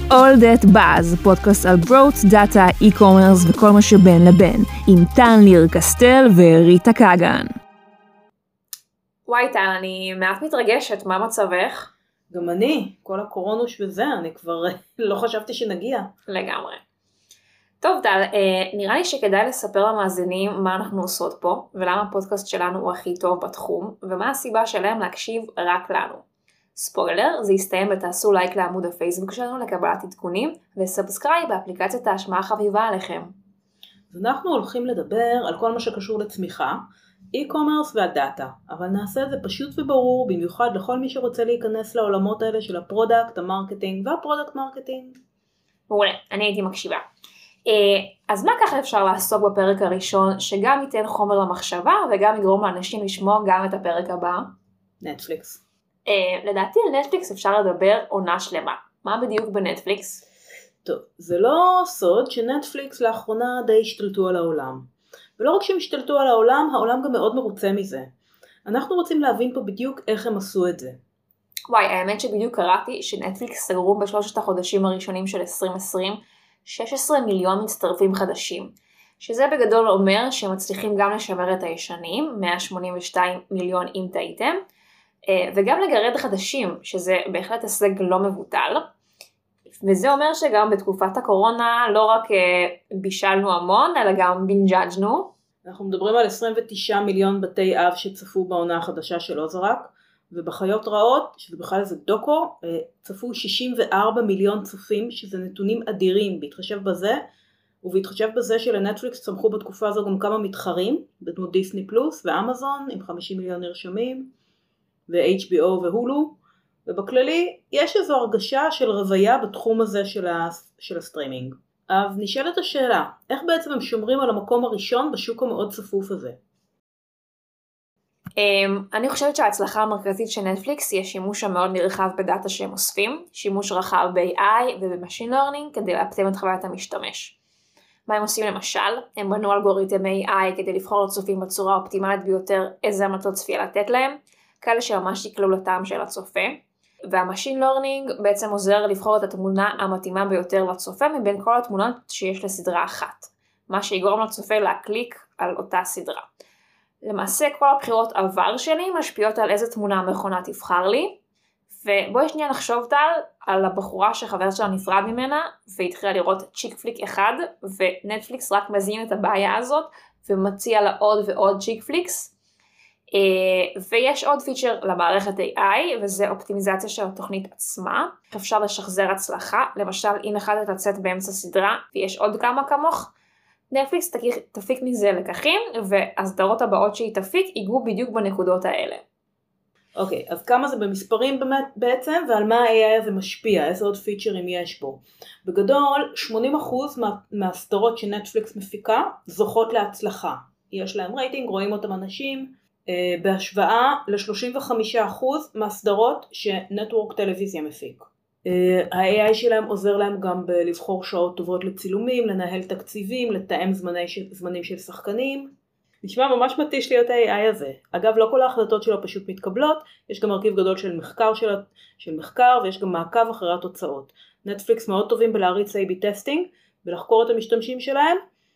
All That Buzz, פודקאסט על growth, דאטה, e-commerce וכל מה שבין לבין, עם טל ניר קסטל וריטה קגן. וואי טל, אני מעט מתרגשת, מה מצבך? גם אני, כל הקורונוש וזה, אני כבר לא חשבתי שנגיע. לגמרי. טוב טל, נראה לי שכדאי לספר למאזינים מה אנחנו עושות פה, ולמה הפודקאסט שלנו הוא הכי טוב בתחום, ומה הסיבה שלהם להקשיב רק לנו. ספוילר, זה יסתיים ותעשו לייק לעמוד הפייסבוק שלנו לקבלת עדכונים, וסאבסקרייב באפליקציית ההשמעה החביבה עליכם. אנחנו הולכים לדבר על כל מה שקשור לצמיחה, e-commerce ועל דאטה, אבל נעשה את זה פשוט וברור, במיוחד לכל מי שרוצה להיכנס לעולמות האלה של הפרודקט, המרקטינג והפרודקט מרקטינג. מעולה, אני הייתי מקשיבה. אז מה ככה אפשר לעסוק בפרק הראשון, שגם ייתן חומר למחשבה, וגם יגרום לאנשים לשמוע גם את הפרק הבא? נטפליקס. לדעתי על נטפליקס אפשר לדבר עונה שלמה. מה בדיוק בנטפליקס? טוב, זה לא סוד שנטפליקס לאחרונה די השתלטו על העולם. ולא רק שהם השתלטו על העולם, העולם גם מאוד מרוצה מזה. אנחנו רוצים להבין פה בדיוק איך הם עשו את זה. וואי, האמת שבדיוק קראתי שנטפליקס סגרו בשלושת החודשים הראשונים של 2020 16 מיליון מצטרפים חדשים. שזה בגדול אומר שהם מצליחים גם לשמר את הישנים, 182 מיליון אם טעיתם, וגם לגרד חדשים, שזה בהחלט הישג לא מבוטל. וזה אומר שגם בתקופת הקורונה לא רק בישלנו המון, אלא גם בינג'אג'נו. אנחנו מדברים על 29 מיליון בתי אב שצפו בעונה החדשה של אוזרק, ובחיות רעות, שזה בכלל איזה דוקו, צפו 64 מיליון צופים, שזה נתונים אדירים, בהתחשב בזה, ובהתחשב בזה שלנטפליקס צמחו בתקופה הזו גם כמה מתחרים, בדמות דיסני פלוס ואמזון, עם 50 מיליון נרשמים, ו-HBO והולו, ובכללי יש איזו הרגשה של רוויה בתחום הזה של הסטרימינג. אז נשאלת השאלה, איך בעצם הם שומרים על המקום הראשון בשוק המאוד צפוף הזה? אני חושבת שההצלחה המרכזית של נטפליקס היא השימוש המאוד נרחב בדאטה שהם אוספים, שימוש רחב ב-AI וב-Machine Learning כדי להפתים את חוויית המשתמש. מה הם עושים למשל? הם בנו אלגוריתמי AI כדי לבחור לצופים בצורה האופטימלית ביותר איזה המלצות צפייה לתת להם, כאלה שממש יקלו לטעם של הצופה. וה-Machine Learning בעצם עוזר לבחור את התמונה המתאימה ביותר לצופה מבין כל התמונות שיש לסדרה אחת, מה שיגרום לצופה להקליק על אותה סדרה. למעשה כל הבחירות עבר שלי משפיעות על איזה תמונה המכונה תבחר לי, ובואי שנייה נחשוב טל על הבחורה שחבר שלה נפרד ממנה והתחילה לראות צ'יק פליק אחד, ונטפליקס רק מזין את הבעיה הזאת ומציע לה עוד ועוד צ'יק פליקס. ויש עוד פיצ'ר למערכת AI, וזה אופטימיזציה של התוכנית עצמה. אפשר לשחזר הצלחה, למשל אם החלטת לצאת באמצע סדרה ויש עוד כמה כמוך, נטפליקס תפיק מזה לקחים, והסדרות הבאות שהיא תפיק ייגעו בדיוק בנקודות האלה. אוקיי, אז כמה זה במספרים בעצם, ועל מה ה-AI הזה משפיע, איזה עוד פיצ'רים יש בו? בגדול, 80% מהסדרות שנטפליקס מפיקה זוכות להצלחה. יש להם רייטינג, רואים אותם אנשים, בהשוואה ל-35% מהסדרות שנטוורק טלוויזיה מפיק. ה-AI שלהם עוזר להם גם לבחור שעות טובות לצילומים, לנהל תקציבים, לתאם זמנים של שחקנים. נשמע ממש מתיש להיות ה-AI הזה. אגב, לא כל ההחלטות שלו פשוט מתקבלות, יש גם מרכיב גדול של מחקר ויש גם מעקב אחרי התוצאות. נטפליקס מאוד טובים בלהריץ A/B טסטינג, ולחקור את המשתמשים שלהם,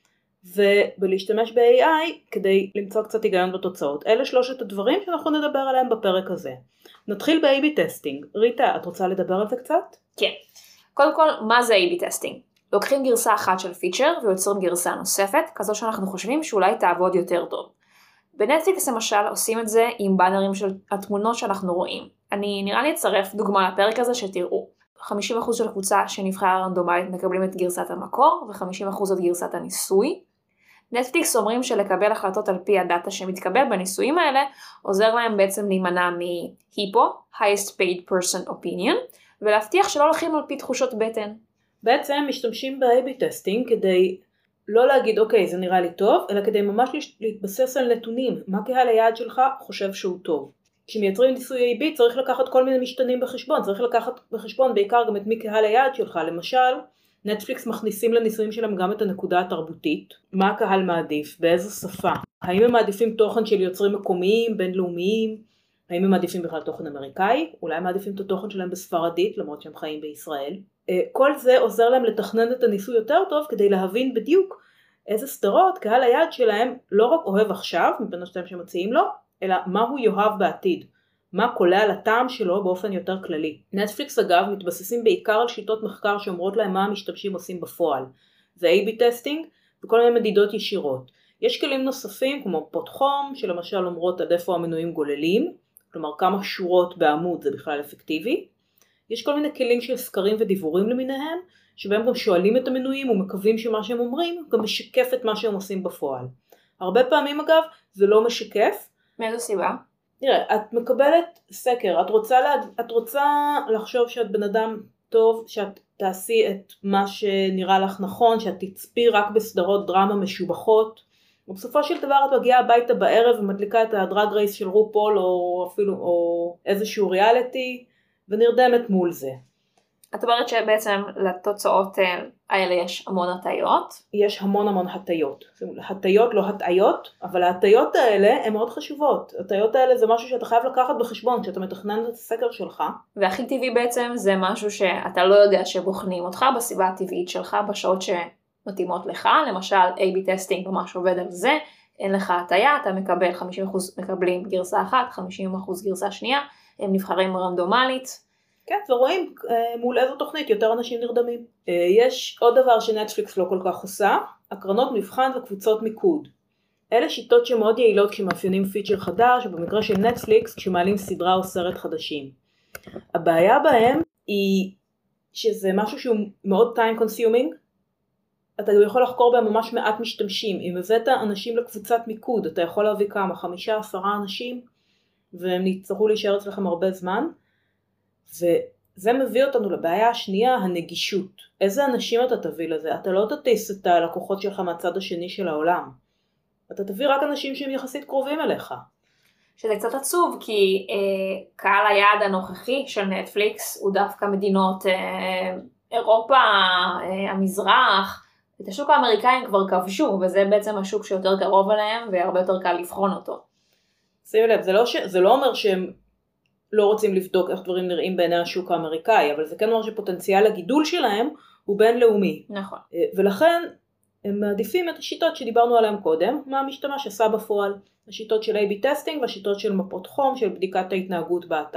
ובלהשתמש ב-AI כדי למצוא קצת היגיון בתוצאות. אלה שלושת הדברים שאנחנו נדבר עליהם בפרק הזה. נתחיל ב-A/B טסטינג. ריטה, את רוצה לדבר על זה קצת? כן. קודם כל, מה זה A/B טסטינג? לוקחים גרסה אחת של פיצ'ר ויוצרים גרסה נוספת, כזו שאנחנו חושבים שאולי תעבוד יותר טוב. בנטפליקס למשל עושים את זה עם באנרים של התמונות שאנחנו רואים. אני נראה לי אצרף דוגמה לפרק הזה שתראו. 50% של הקבוצה שנבחרה רנדומלית מקבלים את גרסת המקור, ו50% את גרסת הניסוי. נטפליקס אומרים שלקבל החלטות על פי הדאטה שמתקבל בניסויים האלה, עוזר להם בעצם להימנע מהיפו, highest paid person opinion, ולהבטיח שלא הולכים על פי תחושות בטן. בעצם משתמשים ב-A/B טסטינג כדי לא להגיד אוקיי זה נראה לי טוב, אלא כדי ממש להתבסס על נתונים, מה קהל היעד שלך חושב שהוא טוב. כשמייצרים ניסוי A/B צריך לקחת כל מיני משתנים בחשבון, צריך לקחת בחשבון בעיקר גם את מי קהל היעד שלך, למשל נטפליקס מכניסים לניסויים שלהם גם את הנקודה התרבותית, מה הקהל מעדיף, באיזו שפה, האם הם מעדיפים תוכן של יוצרים מקומיים, בינלאומיים, האם הם מעדיפים בכלל תוכן אמריקאי, אולי מעדיפים את התוכן שלהם בספרדית למרות שהם חיים בישראל. כל זה עוזר להם לתכנן את הניסוי יותר טוב, כדי להבין בדיוק איזה סדרות קהל היעד שלהם לא רק אוהב עכשיו, מבין השתיים שמציעים לו, אלא מה הוא יאהב בעתיד. מה קולה על הטעם שלו באופן יותר כללי. נטפליקס אגב מתבססים בעיקר על שיטות מחקר שאומרות להם מה המשתמשים עושים בפועל. זה A/B טסטינג וכל מיני מדידות ישירות. יש כלים נוספים כמו פות חום, שלמשל אומרות עד איפה המנויים גוללים, כלומר כמה שורות בעמוד זה בכלל אפקטיבי. יש כל מיני כלים של סקרים ודיבורים למיניהם, שבהם גם שואלים את המנויים ומקווים שמה שהם אומרים גם משקף את מה שהם עושים בפועל. הרבה פעמים אגב זה לא משקף. מאיזו סיבה? תראה, את מקבלת סקר, את רוצה לחשוב שאת בן אדם טוב, שאת תעשי את מה שנראה לך נכון, שאת תצפי רק בסדרות דרמה משובחות, ובסופו של דבר את מגיעה הביתה בערב ומדליקה את הדרג רייס של רופול או אפילו או איזשהו ריאליטי ונרדמת מול זה. את אומרת שבעצם לתוצאות האלה יש המון הטיות? יש המון הטיות. הטיות לא הטעיות, אבל ההטיות האלה הן מאוד חשובות. הטיות האלה זה משהו שאתה חייב לקחת בחשבון כשאתה מתכנן את הסקר שלך. והכי טבעי בעצם זה משהו שאתה לא יודע שבוחנים אותך בסביבה הטבעית שלך בשעות שמתאימות לך. למשל A/B טסטינג ממש עובד על זה. אין לך הטיה, אתה מקבל 50% מקבלים גרסה אחת, 50% גרסה שנייה. הם נבחרים רנדומלית. כן, ורואים מול איזו תוכנית יותר אנשים נרדמים. יש עוד דבר שנטפליקס לא כל כך עושה, הקרנות מבחן וקבוצות מיקוד. אלה שיטות שמאוד יעילות כשמאפיינים פיצ'ר חדש, ובמקרה של נטפליקס כשמעלים סדרה או סרט חדשים. הבעיה בהם היא שזה משהו שהוא מאוד time consuming, אתה יכול לחקור בהם ממש מעט משתמשים. אם הבאת אנשים לקבוצת מיקוד, אתה יכול להביא כמה, 5-10 אנשים, והם יצטרכו להישאר אצלכם הרבה זמן, וזה מביא אותנו לבעיה השנייה, הנגישות. איזה אנשים אתה תביא לזה? אתה לא תטיס את הלקוחות שלך מהצד השני של העולם. אתה תביא רק אנשים שהם יחסית קרובים אליך. שזה קצת עצוב, כי קהל היעד הנוכחי של נטפליקס הוא דווקא מדינות אירופה, המזרח, את השוק האמריקאי הם כבר כבשו, וזה בעצם השוק שיותר קרוב אליהם, והרבה יותר קל לבחון אותו. שימו לב, זה לא אומר שהם לא רוצים לבדוק איך דברים נראים בעיני השוק האמריקאי, אבל זה כן אומר שפוטנציאל הגידול שלהם הוא בינלאומי. נכון. ולכן הם מעדיפים את השיטות שדיברנו עליהן קודם, מה המשתמש עשה בפועל, השיטות של A/B טסטינג והשיטות של מפות חום, של בדיקת ההתנהגות באתר.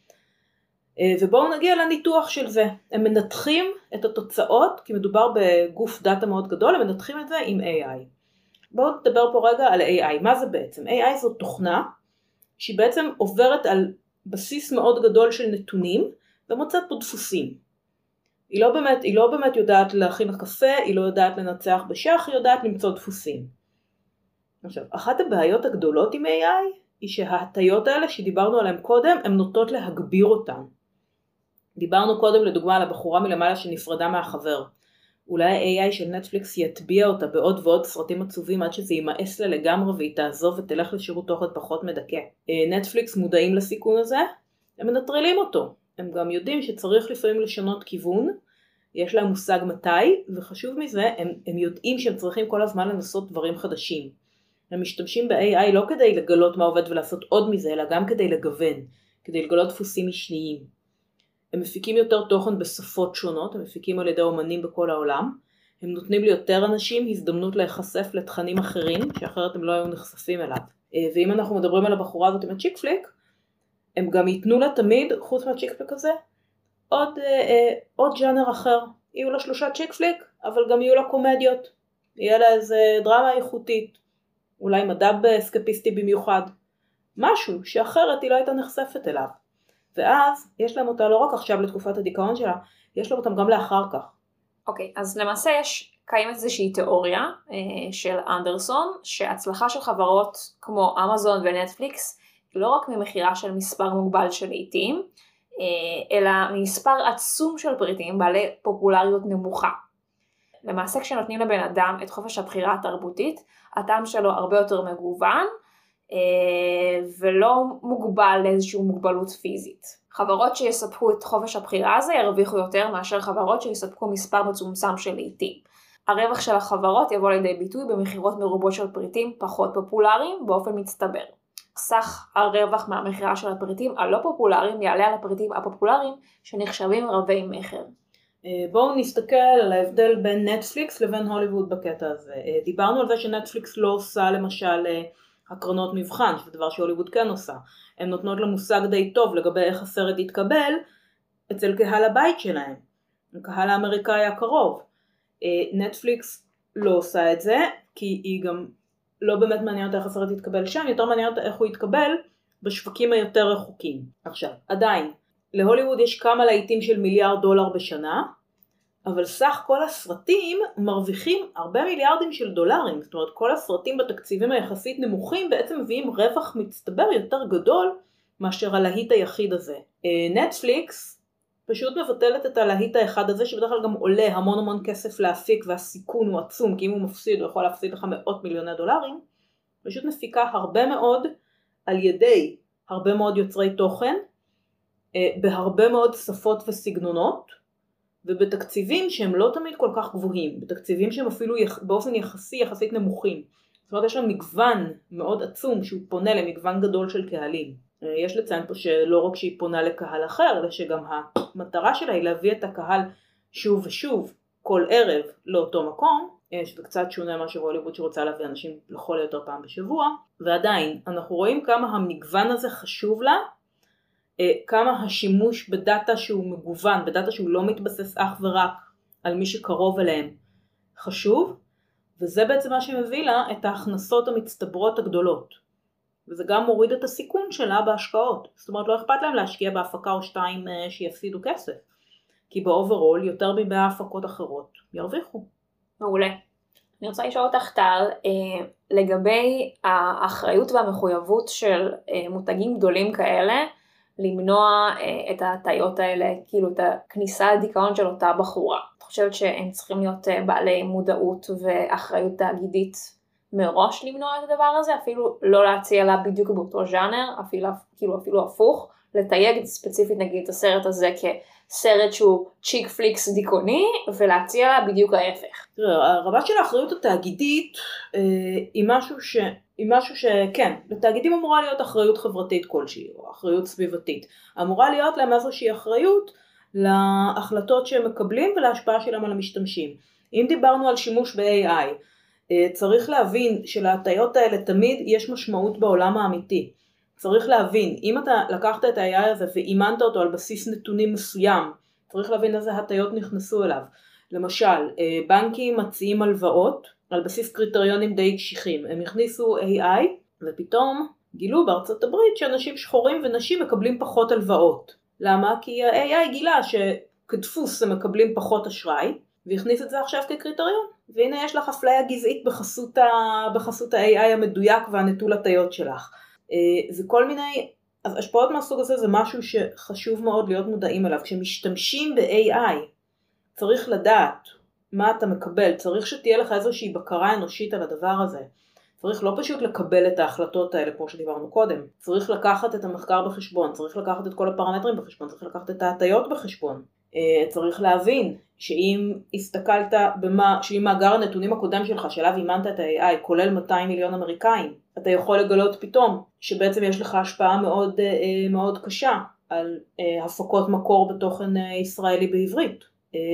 ובואו נגיע לניתוח של זה. הם מנתחים את התוצאות, כי מדובר בגוף דאטה מאוד גדול, הם מנתחים את זה עם AI. בואו נדבר פה רגע על AI. מה זה בעצם? AI זו תוכנה שהיא בעצם עוברת על בסיס מאוד גדול של נתונים ומוצאת פה דפוסים. היא לא באמת יודעת להכין קפה, היא לא יודעת לנצח בשח, היא יודעת למצוא דפוסים. עכשיו, אחת הבעיות הגדולות עם AI היא שההטיות האלה שדיברנו עליהן קודם, הן נוטות להגביר אותן. דיברנו קודם לדוגמה על הבחורה מלמעלה שנפרדה מהחבר. אולי ה-AI של נטפליקס יטביע אותה בעוד ועוד סרטים עצובים עד שזה יימאס לה לגמרי והיא תעזוב ותלך לשירות תוכן פחות מדכא. נטפליקס מודעים לסיכון הזה, הם מנטרלים אותו. הם גם יודעים שצריך לפעמים לשנות כיוון, יש להם מושג מתי, וחשוב מזה, הם יודעים שהם צריכים כל הזמן לנסות דברים חדשים. הם משתמשים ב-AI לא כדי לגלות מה עובד ולעשות עוד מזה, אלא גם כדי לגוון, כדי לגלות דפוסים משניים. הם מפיקים יותר תוכן בשפות שונות, הם מפיקים על ידי אומנים בכל העולם, הם נותנים ליותר אנשים הזדמנות להיחשף לתכנים אחרים, שאחרת הם לא היו נחשפים אליו. ואם אנחנו מדברים על הבחורה הזאת עם הצ'יק פליק, הם גם ייתנו לה תמיד, חוץ מהצ'יק פליק הזה, עוד ז'אנר אחר. יהיו לה 3 צ'יק פליק, אבל גם יהיו לה קומדיות. יהיה לה איזה דרמה איכותית, אולי מדע אסקפיסטי במיוחד. משהו שאחרת היא לא הייתה נחשפת אליו. ואז יש להם אותה לא רק עכשיו לתקופת הדיכאון שלה, יש להם אותם גם לאחר כך. אוקיי, אז למעשה קיימת איזושהי תיאוריה של אנדרסון, שהצלחה של חברות כמו אמזון ונטפליקס, לא רק ממחירה של מספר מוגבל של לעיתים, אלא ממספר עצום של פריטים בעלי פופולריות נמוכה. למעשה כשנותנים לבן אדם את חופש הבחירה התרבותית, הטעם שלו הרבה יותר מגוון, ולא מוגבל לאיזושהי מוגבלות פיזית. חברות שיספקו את חופש הבחירה הזה ירוויחו יותר מאשר חברות שיספקו מספר מצומצם של לעיתים. הרווח של החברות יבוא לידי ביטוי במחירות מרובות של פריטים פחות פופולריים באופן מצטבר. סך הרווח מהמחירה של הפריטים הלא פופולריים יעלה על הפריטים הפופולריים שנחשבים רבי מחר. בואו נסתכל על ההבדל בין נטפליקס לבין הוליווד בקטע הזה. דיברנו על זה שנטפליקס לא עושה למשל הקרנות מבחן, שזה דבר שהוליווד כן עושה. הן נותנות לה מושג די טוב לגבי איך הסרט יתקבל אצל קהל הבית שלהם, הקהל האמריקאי הקרוב. נטפליקס לא עושה את זה, כי היא גם לא באמת מעניינת איך הסרט יתקבל שם, יותר מעניינת איך הוא יתקבל בשווקים היותר רחוקים. עכשיו, עדיין, להוליווד יש כמה להיטים של $1 מיליארד בשנה, אבל סך כל הסרטים מרוויחים הרבה מיליארדים של דולרים. זאת אומרת, כל הסרטים בתקציבים היחסית נמוכים בעצם מביאים רווח מצטבר יותר גדול מאשר הלהיט היחיד הזה. נטפליקס פשוט מבטלת את הלהיט האחד הזה, שבדרך כלל גם עולה המון כסף להפיק, והסיכון הוא עצום, כי אם הוא מפסיד הוא יכול להפסיד לך מאות מיליוני דולרים. פשוט מפיקה הרבה מאוד על ידי הרבה מאוד יוצרי תוכן, בהרבה מאוד שפות וסגנונות, ובתקציבים שהם לא תמיד כל כך גבוהים, בתקציבים שהם אפילו באופן יחסית נמוכים. זאת אומרת, יש להם מגוון מאוד עצום שהוא פונה למגוון גדול של קהלים. יש לציין פה שלא רק שהיא פונה לקהל אחר, אלא שגם המטרה שלה היא להביא את הקהל שוב ושוב, כל ערב לאותו מקום, שזה קצת שונה מה שהוליווד שרוצה להביא אנשים לכל היותר פעם בשבוע, ועדיין אנחנו רואים כמה המגוון הזה חשוב לה, כמה השימוש בדאטה שהוא מגוון, בדאטה שהוא לא מתבסס אך ורק על מי שקרוב אליהם חשוב, וזה בעצם מה שמביא לה את ההכנסות המצטברות הגדולות. וזה גם מוריד את הסיכון שלה בהשקעות. זאת אומרת, לא אכפת להם להשקיע בהפקה או שתיים שיפסידו כסף. כי באוברול יותר מ100 הפקות אחרות ירוויחו. מעולה. אני רוצה לשאול אותך טל, לגבי האחריות והמחויבות של מותגים גדולים כאלה, למנוע את ההטיות האלה, כאילו את הכניסה לדיכאון של אותה בחורה. את חושבת שהם צריכים להיות בעלי מודעות ואחריות תאגידית מראש למנוע את הדבר הזה, אפילו לא להציע לה בדיוק באותו ז'אנר, אפילו הפוך, לתייג ספציפית נגיד את הסרט הזה כסרט שהוא צ'יק פליקס דיכאוני, ולהציע לה בדיוק ההפך. הרבה של האחריות התאגידית היא משהו שכן, לתאגידים אמורה להיות אחריות חברתית כלשהי, או אחריות סביבתית. אמורה להיות להם איזושהי אחריות להחלטות שהם מקבלים ולהשפעה שלהם על המשתמשים. אם דיברנו על שימוש ב-AI, צריך להבין שלהטיות האלה תמיד יש משמעות בעולם האמיתי. צריך להבין, אם אתה לקחת את ה-AI הזה ואימנת אותו על בסיס נתונים מסוים, צריך להבין איזה הטיות נכנסו אליו. למשל, בנקים מציעים הלוואות על בסיס קריטריונים די קשיחים. הם הכניסו AI ופתאום גילו בארצות הברית שאנשים שחורים ונשים מקבלים פחות הלוואות. למה? כי ה-AI גילה שכדפוס הם מקבלים פחות אשראי, והכניס את זה עכשיו כקריטריון. והנה יש לך אפליה גזעית בחסות ה-AI המדויק והנטול הטיות שלך. זה כל מיני, אז השפעות מהסוג הזה זה משהו שחשוב מאוד להיות מודעים אליו. כשמשתמשים ב-AI צריך לדעת מה אתה מקבל, צריך שתהיה לך איזושהי בקרה אנושית על הדבר הזה. צריך לא פשוט לקבל את ההחלטות האלה כמו שדיברנו קודם, צריך לקחת את המחקר בחשבון, צריך לקחת את כל הפרמטרים בחשבון, צריך לקחת את ההטיות בחשבון. צריך להבין שאם הסתכלת שאם מאגר הנתונים הקודם שלך, שאליו אימנת את ה-AI, כולל 200 מיליון אמריקאים, אתה יכול לגלות פתאום שבעצם יש לך השפעה מאוד, מאוד קשה על הפקות מקור בתוכן ישראלי בעברית.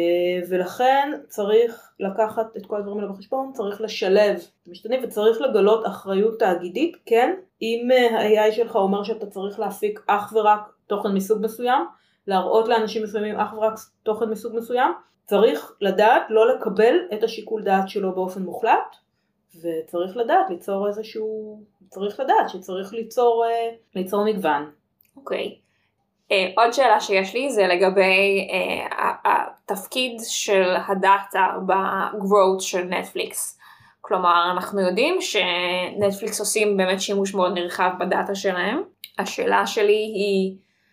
ולכן צריך לקחת את כל הדברים האלה בחשבון, צריך לשלב משתנים וצריך לגלות אחריות תאגידית, כן? אם ה-AI שלך אומר שאתה צריך להפיק אך ורק תוכן מסוג מסוים, להראות לאנשים מסוימים אך ורק תוכן מסוג מסוים, צריך לדעת לא לקבל את השיקול דעת שלו באופן מוחלט, וצריך לדעת ליצור צריך לדעת שצריך ליצור מגוון. אוקיי. עוד שאלה שיש לי זה לגבי התפקיד של הדאטה בגרואות של נטפליקס. כלומר, אנחנו יודעים שנטפליקס עושים באמת שימוש מאוד נרחב בדאטה שלהם. השאלה שלי היא,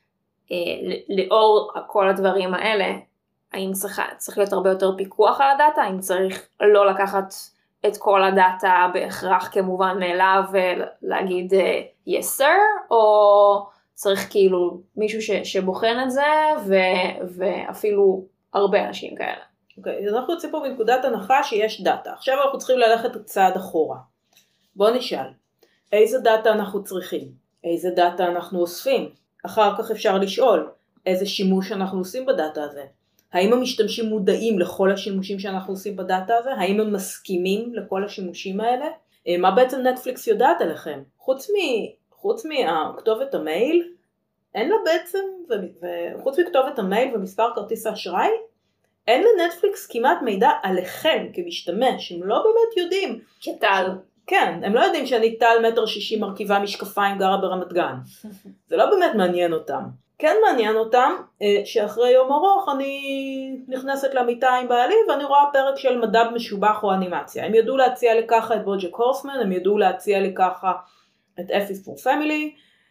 לאור כל הדברים האלה, האם צריך להיות הרבה יותר פיקוח על הדאטה? האם צריך לא לקחת את כל הדאטה בהכרח כמובן מאליו ולהגיד yes sir, או צריך כאילו מישהו שבוחן את זה, ואפילו הרבה אנשים כאלה. אוקיי, אז אנחנו יוצאים פה בנקודת הנחה שיש דאטה. עכשיו אנחנו צריכים ללכת צעד אחורה. בוא נשאל, איזה דאטה אנחנו צריכים? איזה דאטה אנחנו אוספים? אחר כך אפשר לשאול, איזה שימוש אנחנו עושים בדאטה הזה? האם המשתמשים מודעים לכל השימושים שאנחנו עושים בדאטה הזה? האם הם מסכימים לכל השימושים האלה? מה בעצם נטפליקס יודעת עליכם? חוץ מכתובת המייל, אין לה בעצם, וחוץ מכתובת המייל ומספר כרטיס האשראי, אין לנטפליקס כמעט מידע עליכם כמשתמש, הם לא באמת יודעים. כטל. כן, הם לא יודעים שאני טל 1.60 מ' מרכיבה משקפיים גרה ברמת גן. זה לא באמת מעניין אותם. כן מעניין אותם שאחרי יום ארוך אני נכנסת למיטה עם בעלי ואני רואה פרק של מדב משובח או אנימציה. הם ידעו להציע לי ככה את בוג'ק הורסמן, הם ידעו להציע לי ככה את F is for Family,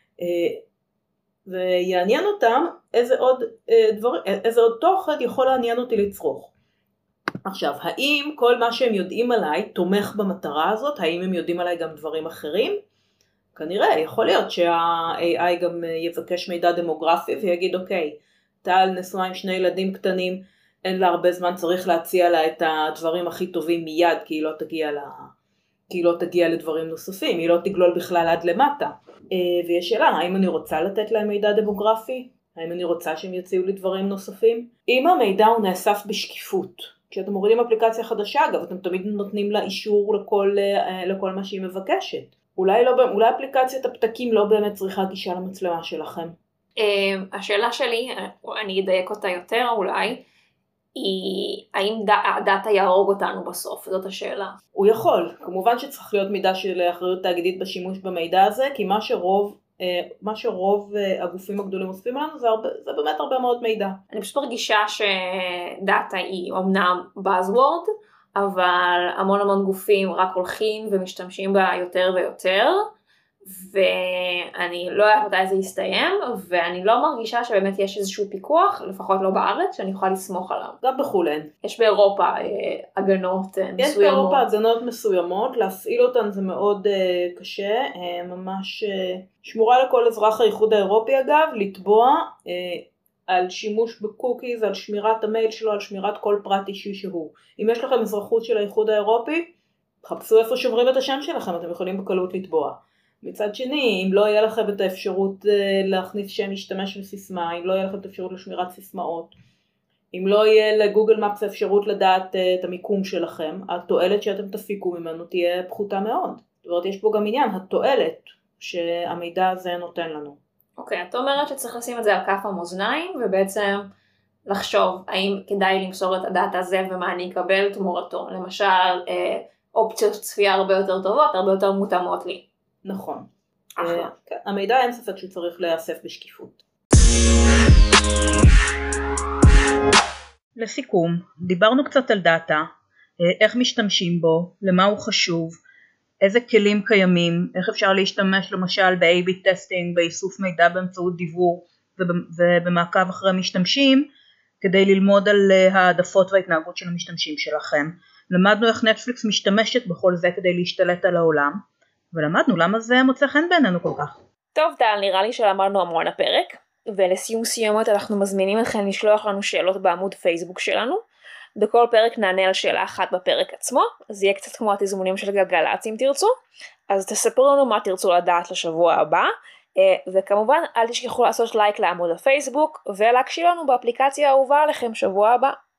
ויעניין אותם איזה עוד תוכן יכול לעניין אותי לצרוך. עכשיו, האם כל מה שהם יודעים עליי תומך במטרה הזאת? האם הם יודעים עליי גם דברים אחרים? כנראה, יכול להיות שה-AI גם יבקש מידע דמוגרפי ויגיד, אוקיי, טל נשואה עם 2 ילדים קטנים, אין לה הרבה זמן, צריך להציע לה את הדברים הכי טובים מיד, כי היא לא תגיע לדברים נוספים, היא לא תגלול בכלל עד למטה. ויש שאלה, האם אני רוצה לתת להם מידע דמוגרפי? האם אני רוצה שהם יציעו לי דברים נוספים? אם המידע הוא נאסף בשקיפות, כשאתם מורידים אפליקציה חדשה, אגב, אתם תמיד נותנים לה אישור לכל מה שהיא מבקשת. אולי אפליקציית הפתקים לא באמת צריכה גישה למצלמה שלכם. השאלה שלי, אני אדייק אותה יותר אולי, היא האם הדאטה יהרוג אותנו בסוף, זאת השאלה. הוא יכול, כמובן שצריך להיות מידע של אחריות תאגידית בשימוש במידע הזה, כי מה שרוב הגופים הגדולים אוספים עלינו זה באמת הרבה מאוד מידע. אני פשוט מרגישה שדאטה היא אמנם buzzword, אבל המון גופים רק הולכים ומשתמשים בה יותר ויותר, ואני לא יודעת מתי זה יסתיים, ואני לא מרגישה שבאמת יש איזשהו פיקוח, לפחות לא בארץ, שאני יכולה לסמוך עליו. גם בחו"ל אין. יש באירופה הגנות מסוימות. יש באירופה הגנות מסוימות, להפעיל אותן זה מאוד קשה, ממש שמורה לכל אזרח האיחוד האירופי אגב, לתבוע על שימוש בקוקיז, על שמירת המייל שלו, על שמירת כל פרט אישי שהוא. אם יש לכם אזרחות של האיחוד האירופי, חפשו איפה שומרים את השם שלכם, אתם יכולים בקלות לתבוע. מצד שני, אם לא יהיה לכם את האפשרות להכניס שם משתמש וסיסמה, אם לא יהיה לכם את האפשרות לשמירת סיסמאות, אם לא יהיה לגוגל מפס האפשרות לדעת את המיקום שלכם, התועלת שאתם תפיקו ממנו תהיה פחותה מאוד. זאת אומרת, יש פה גם עניין, התועלת שהמידע הזה נותן לנו. אוקיי, את אומרת שצריך לשים את זה על כף המאזניים, ובעצם לחשוב האם כדאי למסור את הדאטה הזה ומה אני אקבל תמורתו. למשל, אופציות צפייה הרבה יותר טובות, הרבה יותר מותאמות לי. נכון. המידע אין ספק שצריך להיאסף בשקיפות. לסיכום, דיברנו קצת על דאטה, איך משתמשים בו, למה הוא חשוב, איזה כלים קיימים, איך אפשר להשתמש למשל ב-A/B טסטינג, באיסוף מידע באמצעות דיוור ובמעקב אחרי משתמשים, כדי ללמוד על העדפות וההתנהגות של המשתמשים שלכם. למדנו איך נטפליקס משתמשת בכל זה כדי להשתלט על העולם, ולמדנו למה זה מוצא חן בעינינו כל כך. טוב טל, נראה לי שלמדנו המון הפרק, ולסיום סיומת אנחנו מזמינים אתכם לשלוח לנו שאלות בעמוד פייסבוק שלנו. בכל פרק נענה על שאלה אחת בפרק עצמו, זה יהיה קצת כמו התזמונים של גלגלצ אם תרצו, אז תספרו לנו מה תרצו לדעת לשבוע הבא, וכמובן אל תשכחו לעשות לייק לעמוד הפייסבוק, ולהקשיב לנו באפליקציה האהובה עליכם שבוע הבא.